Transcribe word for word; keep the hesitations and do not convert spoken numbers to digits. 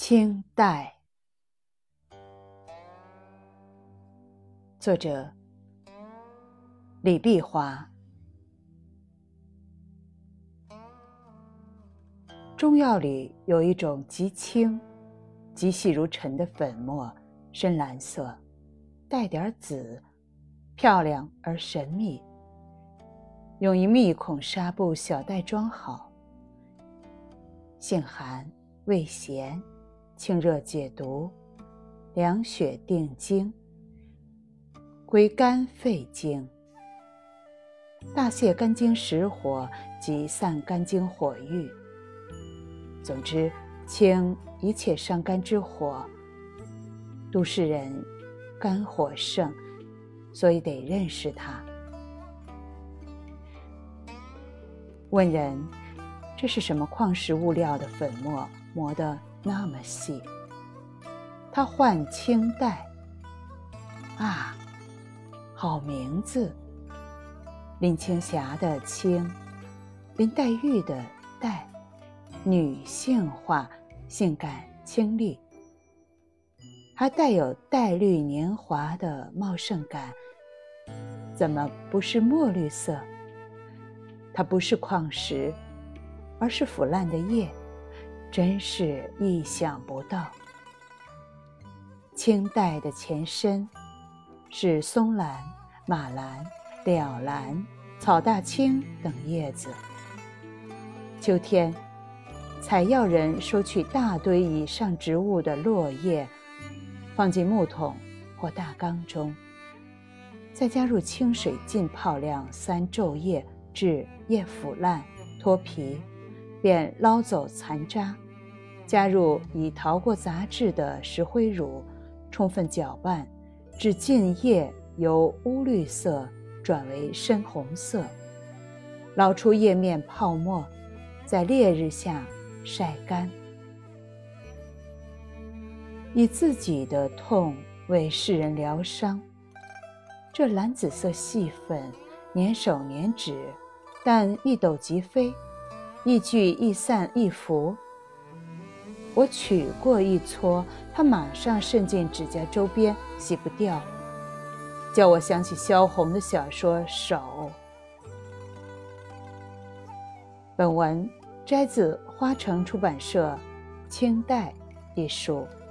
清代，作者李碧华。中药里有一种极轻、极细如尘的粉末，深蓝色，带点紫，漂亮而神秘。用一密孔纱布小袋装好，性寒，味咸，清热解毒，凉血定惊，归肝肺经，大泻肝经实火及散肝经火郁。总之，清一切伤肝之火。都市人肝火盛，所以得认识它。问人这是什么矿石物料的粉末，磨得那么细？它唤清代。啊，好名字！林青霞的青，林黛玉的黛，女性化，性感清丽，还带有黛绿年华的茂盛感。怎么不是墨绿色？它不是矿石，而是腐烂的叶，真是意想不到。清代的前身是松兰、马兰、了兰、草大青等叶子。秋天，采药人收取大堆以上植物的落叶，放进木桶或大缸中，再加入清水浸泡两三昼夜，至叶腐烂脱皮，便捞走残渣，加入已淘过杂质的石灰乳，充分搅拌，至浸叶由乌绿色转为深红色，捞出叶面泡沫，在烈日下晒干，以自己的痛为世人疗伤。这蓝紫色细粉粘手粘指，但一抖即飞，一聚一散一浮。我取过一撮，它马上渗进指甲周边，洗不掉，叫我想起萧红的小说《手》。本文摘自花城出版社《清代》一书。